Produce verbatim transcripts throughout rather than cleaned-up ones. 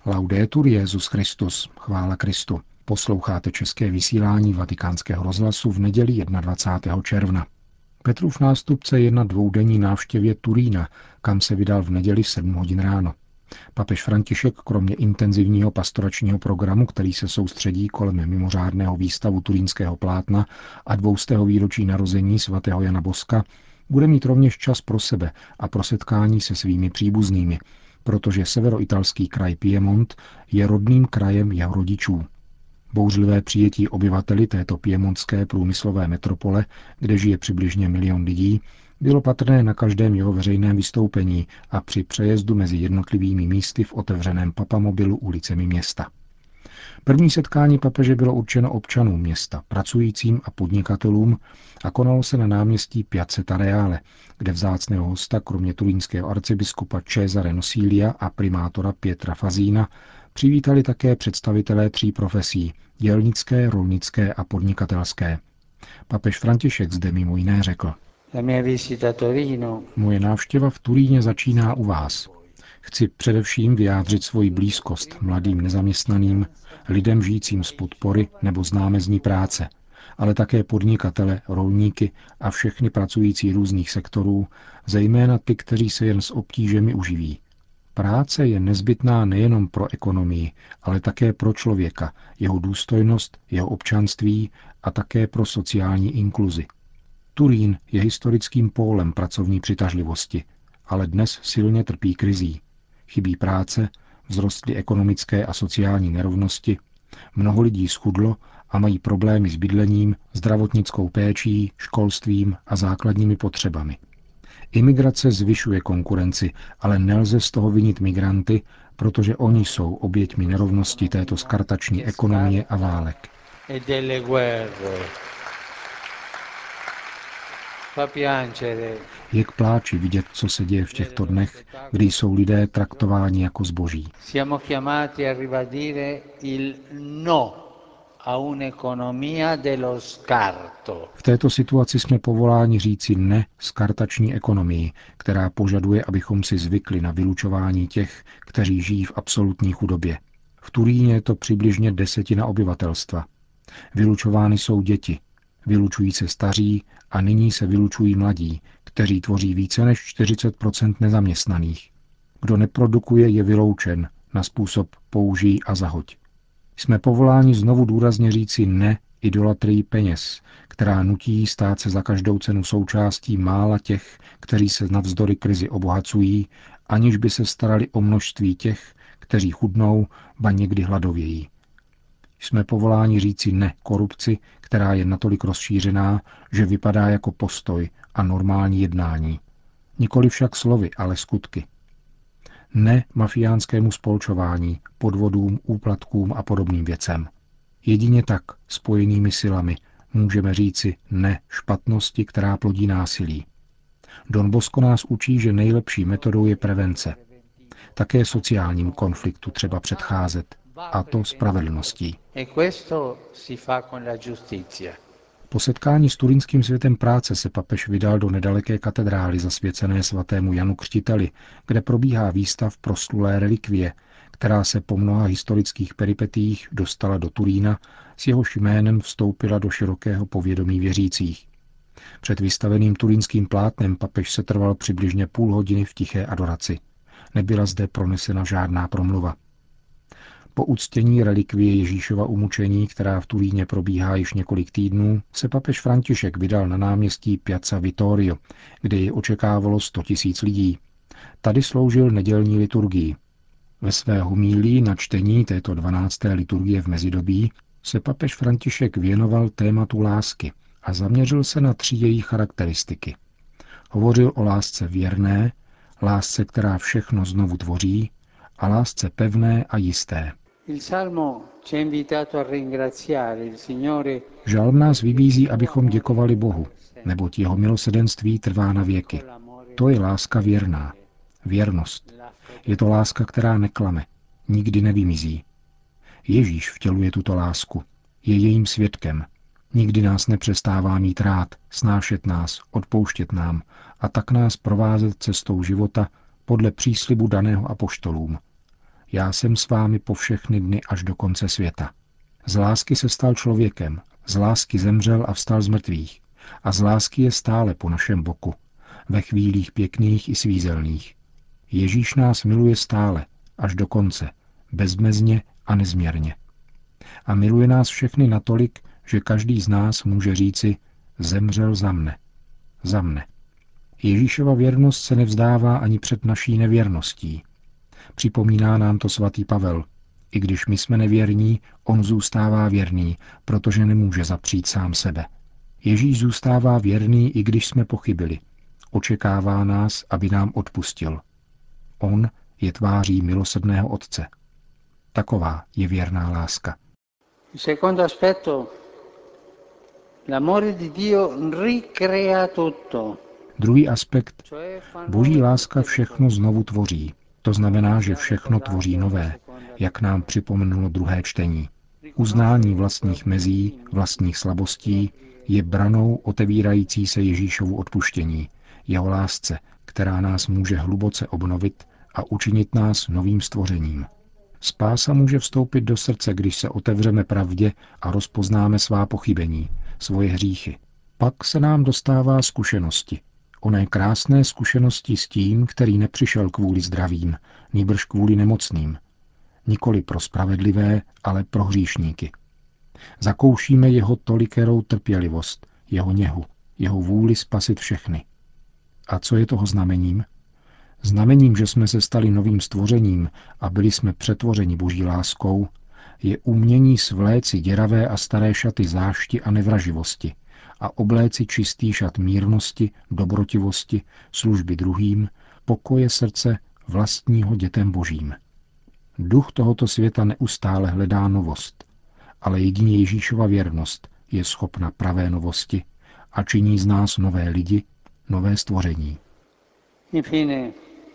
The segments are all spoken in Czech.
Laudetur Jesus Christus, chvála Kristu. Posloucháte české vysílání Vatikánského rozhlasu v neděli dvacátého prvního června. Petrův nástupce je na dvoudenní návštěvě Turína, kam se vydal v neděli v sedm hodin ráno. Papež František kromě intenzivního pastoračního programu, který se soustředí kolem mimořádného výstavu turínského plátna a dvoustého výročí narození svatého Jana Boska, bude mít rovněž čas pro sebe a pro setkání se svými příbuznými, protože severoitalský kraj Piemont je rodným krajem jeho rodičů. Bouřlivé přijetí obyvateli této piemontské průmyslové metropole, kde žije přibližně milion lidí, bylo patrné na každém jeho veřejném vystoupení a při přejezdu mezi jednotlivými místy v otevřeném papamobilu ulicemi města. První setkání papeže bylo určeno občanům města, pracujícím a podnikatelům a konalo se na náměstí Piazzetta Reale, kde vzácného hosta kromě turínského arcibiskupa Cesare Nosilia a primátora Pietra Fazina přivítali také představitelé tří profesí – dělnické, rolnické a podnikatelské. Papež František zde mimo jiné řekl: Moje návštěva v Turíně začíná u vás. Chci především vyjádřit svoji blízkost mladým nezaměstnaným, lidem žijícím z podpory nebo z námezní práce, ale také podnikatele, rolníky a všechny pracující různých sektorů, zejména ty, kteří se jen s obtížemi uživí. Práce je nezbytná nejenom pro ekonomii, ale také pro člověka, jeho důstojnost, jeho občanství a také pro sociální inkluzi. Turín je historickým pólem pracovní přitažlivosti, ale dnes silně trpí krizí. Chybí práce, vzrostly ekonomické a sociální nerovnosti, mnoho lidí schudlo a mají problémy s bydlením, zdravotnickou péčí, školstvím a základními potřebami. Imigrace zvyšuje konkurenci, ale nelze z toho vinit migranty, protože oni jsou oběťmi nerovnosti této skartační ekonomie a válek. Je k pláči vidět, co se děje v těchto dnech, kdy jsou lidé traktováni jako zboží. V této situaci jsme povoláni říci ne skartační ekonomii, která požaduje, abychom si zvykli na vylučování těch, kteří žijí v absolutní chudobě. V Turíně je to přibližně desetina obyvatelstva. Vylučovány jsou děti, vylučují se staří a nyní se vylučují mladí, kteří tvoří více než čtyřicet procent nezaměstnaných. Kdo neprodukuje, je vyloučen na způsob použij a zahoď. Jsme povoláni znovu důrazně říci ne idolatrii peněz, která nutí stát se za každou cenu součástí mála těch, kteří se navzdory krizi obohacují, aniž by se starali o množství těch, kteří chudnou, ba někdy hladovějí. Jsme povoláni říci ne korupci, která je natolik rozšířená, že vypadá jako postoj a normální jednání. Nikoli však slovy, ale skutky. Ne mafiánskému spolčování, podvodům, úplatkům a podobným věcem. Jedině tak, spojenými silami, můžeme říci ne špatnosti, která plodí násilí. Don Bosco nás učí, že nejlepší metodou je prevence. Také sociálním konfliktu třeba předcházet, a to spravedlností. Po setkání s turínským světem práce se papež vydal do nedaleké katedrály zasvěcené svatému Janu Křtiteli, kde probíhá výstav proslulé relikvie, která se po mnoha historických peripetiích dostala do Turína, s jehož jménem vstoupila do širokého povědomí věřících. Před vystaveným turínským plátnem papež se trval přibližně půl hodiny v tiché adoraci. Nebyla zde pronesena žádná promluva. Po uctění relikvie Ježíšova umučení, která v Turíně probíhá již několik týdnů, se papež František vydal na náměstí Piazza Vittorio, kde ji očekávalo sto tisíc lidí. Tady sloužil nedělní liturgii. Ve své homílii na čtení této dvanácté liturgie v mezidobí se papež František věnoval tématu lásky a zaměřil se na tři její charakteristiky. Hovořil o lásce věrné, lásce, která všechno znovu tvoří, a lásce pevné a jisté. Žalm nás vybízí, abychom děkovali Bohu, neboť jeho milosedenství trvá na věky. To je láska věrná. Věrnost. Je to láska, která neklame, nikdy nevymizí. Ježíš vtěluje tuto lásku. Je jejím svědkem. Nikdy nás nepřestává mít rád, snášet nás, odpouštět nám a tak nás provázet cestou života podle příslibu daného apoštolům. já jsem s vámi po všechny dny až do konce světa. Z lásky se stal člověkem, z lásky zemřel a vstal z mrtvých. A z lásky je stále po našem boku, ve chvílích pěkných i svízelných. Ježíš nás miluje stále, až do konce, bezmezně a nezměrně. A miluje nás všechny natolik, že každý z nás může říci, zemřel za mne. Za mne. Ježíšova věrnost se nevzdává ani před naší nevěrností. Připomíná nám to svatý Pavel. I když my jsme nevěrní, on zůstává věrný, protože nemůže zapřít sám sebe. Ježíš zůstává věrný, i když jsme pochybili. Očekává nás, aby nám odpustil. On je tváří milosrdného Otce. Taková je věrná láska. Secondo aspetto, l'amore di Dio ricrea tutto. Druhý aspekt. Boží láska všechno znovu tvoří. To znamená, že všechno tvoří nové, jak nám připomenulo druhé čtení. Uznání vlastních mezí, vlastních slabostí je branou otevírající se Ježíšovu odpuštění, jeho lásce, která nás může hluboce obnovit a učinit nás novým stvořením. Spása může vstoupit do srdce, když se otevřeme pravdě a rozpoznáme svá pochybení, svoje hříchy. Pak se nám dostává zkušenosti. Oné krásné zkušenosti s tím, který nepřišel kvůli zdravým, nýbrž kvůli nemocným. Nikoli pro spravedlivé, ale pro hříšníky. Zakoušíme jeho tolikerou trpělivost, jeho něhu, jeho vůli spasit všechny. A co je toho znamením? Znamením, že jsme se stali novým stvořením a byli jsme přetvořeni Boží láskou, je umění svléci děravé a staré šaty zášti a nevraživosti a obléci čistý šat mírnosti, dobrotivosti, služby druhým, pokoje srdce vlastního dětem Božím. Duch tohoto světa neustále hledá novost, ale jedině Ježíšova věrnost je schopna pravé novosti a činí z nás nové lidi, nové stvoření. Infine,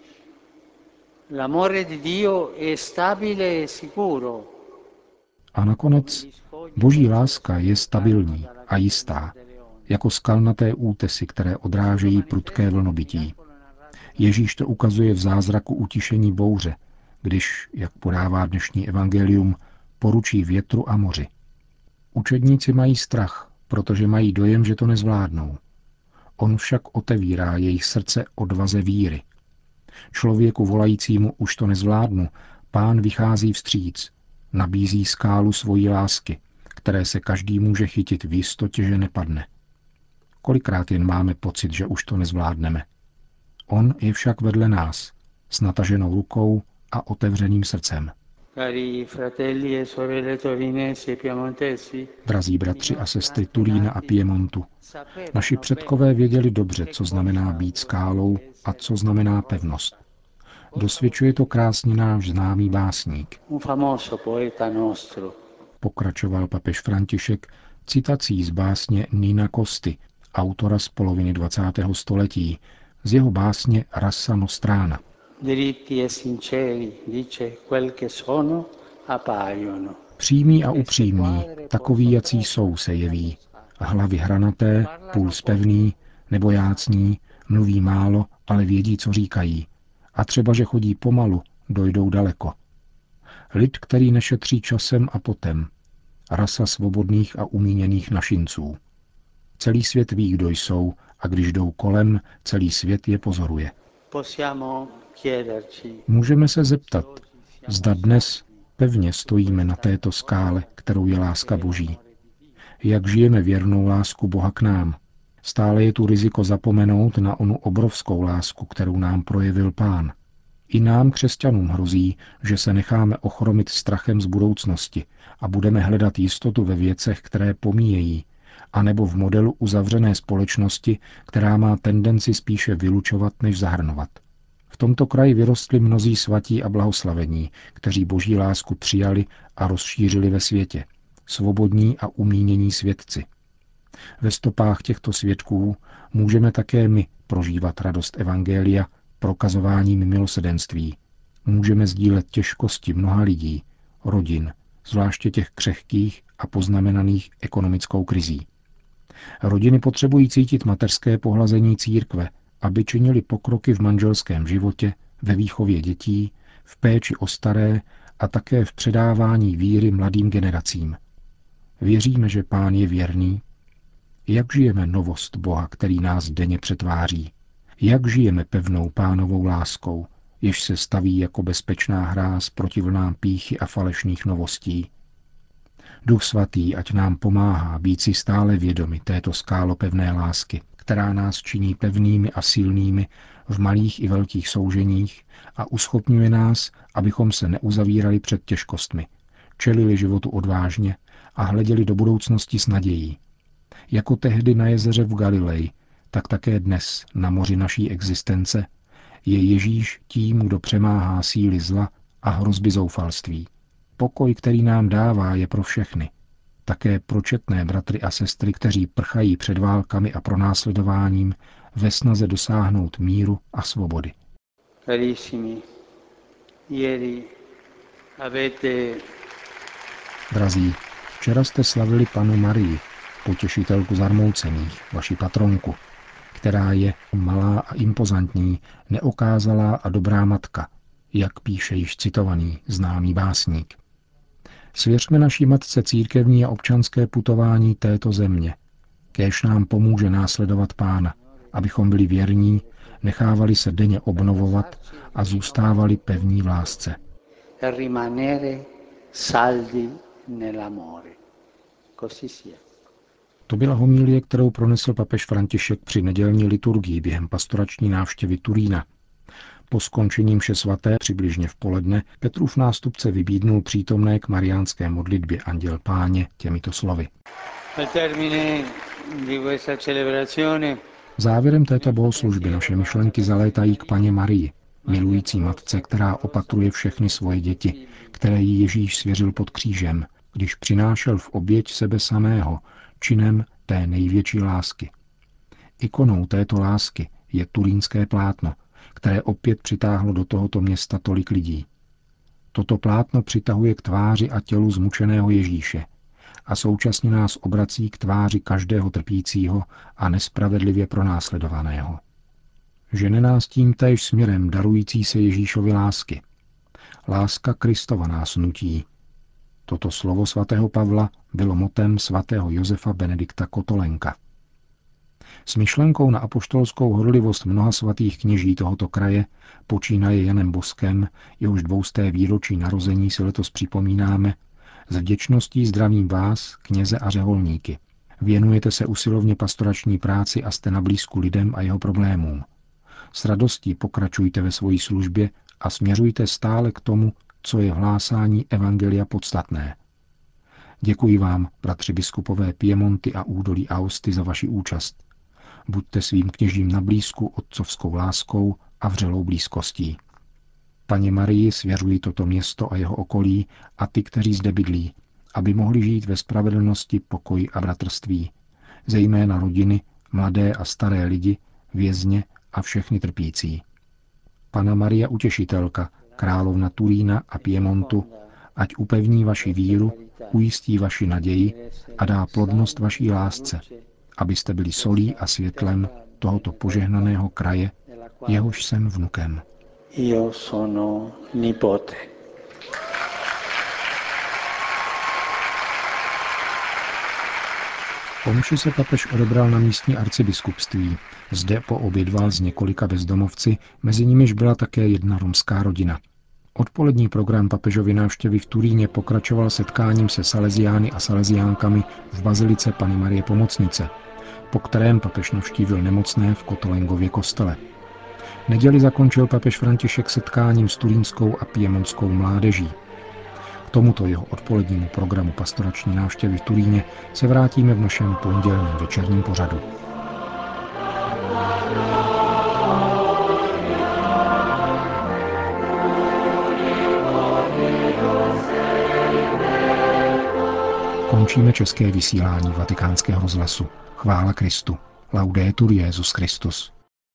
l'amore di Dio è stabile e sicuro. A nakonec, Boží láska je stabilní a jistá, jako skalnaté útesy, které odrážejí prudké vlnobytí. Ježíš to ukazuje v zázraku utišení bouře, když, jak podává dnešní evangelium, poručí větru a moři. Učedníci mají strach, protože mají dojem, že to nezvládnou. On však otevírá jejich srdce odvaze víry. Člověku volajícímu už to nezvládnu, Pán vychází vstříc, nabízí skálu svojí lásky, které se každý může chytit v jistotě, že nepadne. Kolikrát jen máme pocit, že už to nezvládneme. On je však vedle nás, s nataženou rukou a otevřeným srdcem. Drazí bratři a sestry Turína a Piemontu, naši předkové věděli dobře, co znamená být skálou a co znamená pevnost. Dosvědčuje to krásně náš známý básník. Pokračoval papež František citací z básně Nina Costy, autora z poloviny dvacátého století, z jeho básně Rassa nostrana. Přímí a upřímní, takoví, jací jsou, se jeví. Hlavy hranaté, puls pevný, nebojácní, mluví málo, ale vědí, co říkají. A třeba, že chodí pomalu, dojdou daleko. Lid, který nešetří časem a potem. Rasa svobodných a umíněných našinců. Celý svět ví, kdo jsou, a když jdou kolem, celý svět je pozoruje. Můžeme se zeptat, zda dnes pevně stojíme na této skále, kterou je láska Boží. Jak žijeme věrnou lásku Boha k nám? Stále je tu riziko zapomenout na onu obrovskou lásku, kterou nám projevil Pán. I nám, křesťanům, hrozí, že se necháme ochromit strachem z budoucnosti a budeme hledat jistotu ve věcech, které pomíjejí, anebo v modelu uzavřené společnosti, která má tendenci spíše vylučovat, než zahrnovat. V tomto kraji vyrostli mnozí svatí a blahoslavení, kteří Boží lásku přijali a rozšířili ve světě. Svobodní a umínění svědci. Ve stopách těchto svědků můžeme také my prožívat radost evangelia prokazováním milosrdenství. Můžeme sdílet těžkosti mnoha lidí, rodin, zvláště těch křehkých a poznamenaných ekonomickou krizí. Rodiny potřebují cítit mateřské pohlazení církve, aby činili pokroky v manželském životě, ve výchově dětí, v péči o staré a také v předávání víry mladým generacím. Věříme, že Pán je věrný. Jak žijeme novost Boha, který nás denně přetváří? Jak žijeme pevnou Pánovou láskou, jež se staví jako bezpečná hráz proti vlnám pýchy a falešných novostí? Duch svatý ať nám pomáhá být si stále vědomi této skálopevné lásky, která nás činí pevnými a silnými v malých i velkých souženích a uschopňuje nás, abychom se neuzavírali před těžkostmi, čelili životu odvážně a hleděli do budoucnosti s nadějí. Jako tehdy na jezeře v Galileji, tak také dnes na moři naší existence je Ježíš tím, kdo přemáhá síly zla a hrozby zoufalství. Pokoj, který nám dává, je pro všechny. Také pro četné bratry a sestry, kteří prchají před válkami a pronásledováním ve snaze dosáhnout míru a svobody. Carissimi, ieri avete... Drazí, včera jste slavili Pannu Marii, potěšitelku zarmoucených, vaši patronku, která je malá a impozantní, neokázalá a dobrá matka, jak píše již citovaný známý básník. Svěřme naší matce církevní a občanské putování této země, kéž nám pomůže následovat Pána, abychom byli věrní, nechávali se denně obnovovat a zůstávali pevní v lásce. To byla homilie, kterou pronesl papež František při nedělní liturgii během pastorační návštěvy Turína. Po skončení mše svaté přibližně v poledne Petrův nástupce vybídnul přítomné k mariánské modlitbě Anděl Páně těmito slovy. Závěrem této bohoslužby naše myšlenky zalétají k Panně Marii, milující matce, která opatruje všechny svoje děti, které jí Ježíš svěřil pod křížem, když přinášel v oběť sebe samého, činem té největší lásky. Ikonou této lásky je turínské plátno, které opět přitáhlo do tohoto města tolik lidí. Toto plátno přitahuje k tváři a tělu zmučeného Ježíše a současně nás obrací k tváři každého trpícího a nespravedlivě pronásledovaného. Žene nás tím též směrem darující se Ježíšovi lásky. Láska Kristova nás nutí. Toto slovo svatého Pavla bylo motem svatého Josefa Benedikta Kotolenka. S myšlenkou na apoštolskou horlivost mnoha svatých kněží tohoto kraje, počínaje Janem Boskem, jehož dvousté výročí narození si letos připomínáme, s vděčností zdravím vás, kněze a řeholníky. Věnujete se usilovně pastorační práci a jste na blízku lidem a jeho problémům. S radostí pokračujte ve své službě a směřujte stále k tomu, co je v hlásání evangelia podstatné. Děkuji vám, bratři biskupové Piemonty a údolí Aosty, za vaši účast. Buďte svým kněžím na blízku otcovskou láskou a vřelou blízkostí. Paně Marii svěřují toto město a jeho okolí a ty, kteří zde bydlí, aby mohli žít ve spravedlnosti, pokoji a bratrství, zejména rodiny, mladé a staré lidi, vězně a všechny trpící. Panna Maria Utěšitelka, královna Turína a Piemontu, ať upevní vaši víru, ujistí vaši naději a dá plodnost vaší lásce, abyste byli solí a světlem tohoto požehnaného kraje, jehož jsem vnukem. Io sono nipote. Po mši se papež odebral na místní arcibiskupství. Zde poobědval s několika bezdomovci, mezi nimiž byla také jedna romská rodina. Odpolední program papežovy návštěvy v Turíně pokračoval setkáním se Salesiány a Salesiánkami v bazilice Panny Marie Pomocnice, po kterém papež navštívil nemocné v Kotolengově kostele. Neděli zakončil papež František setkáním s turínskou a piemontskou mládeží. K tomuto jeho odpolednímu programu pastorační návštěvy v Turíně se vrátíme v našem pondělním večerním pořadu. Končíme české vysílání Vatikánského rozhlasu. Chvála Kristu. Laudetur Jesus Christus.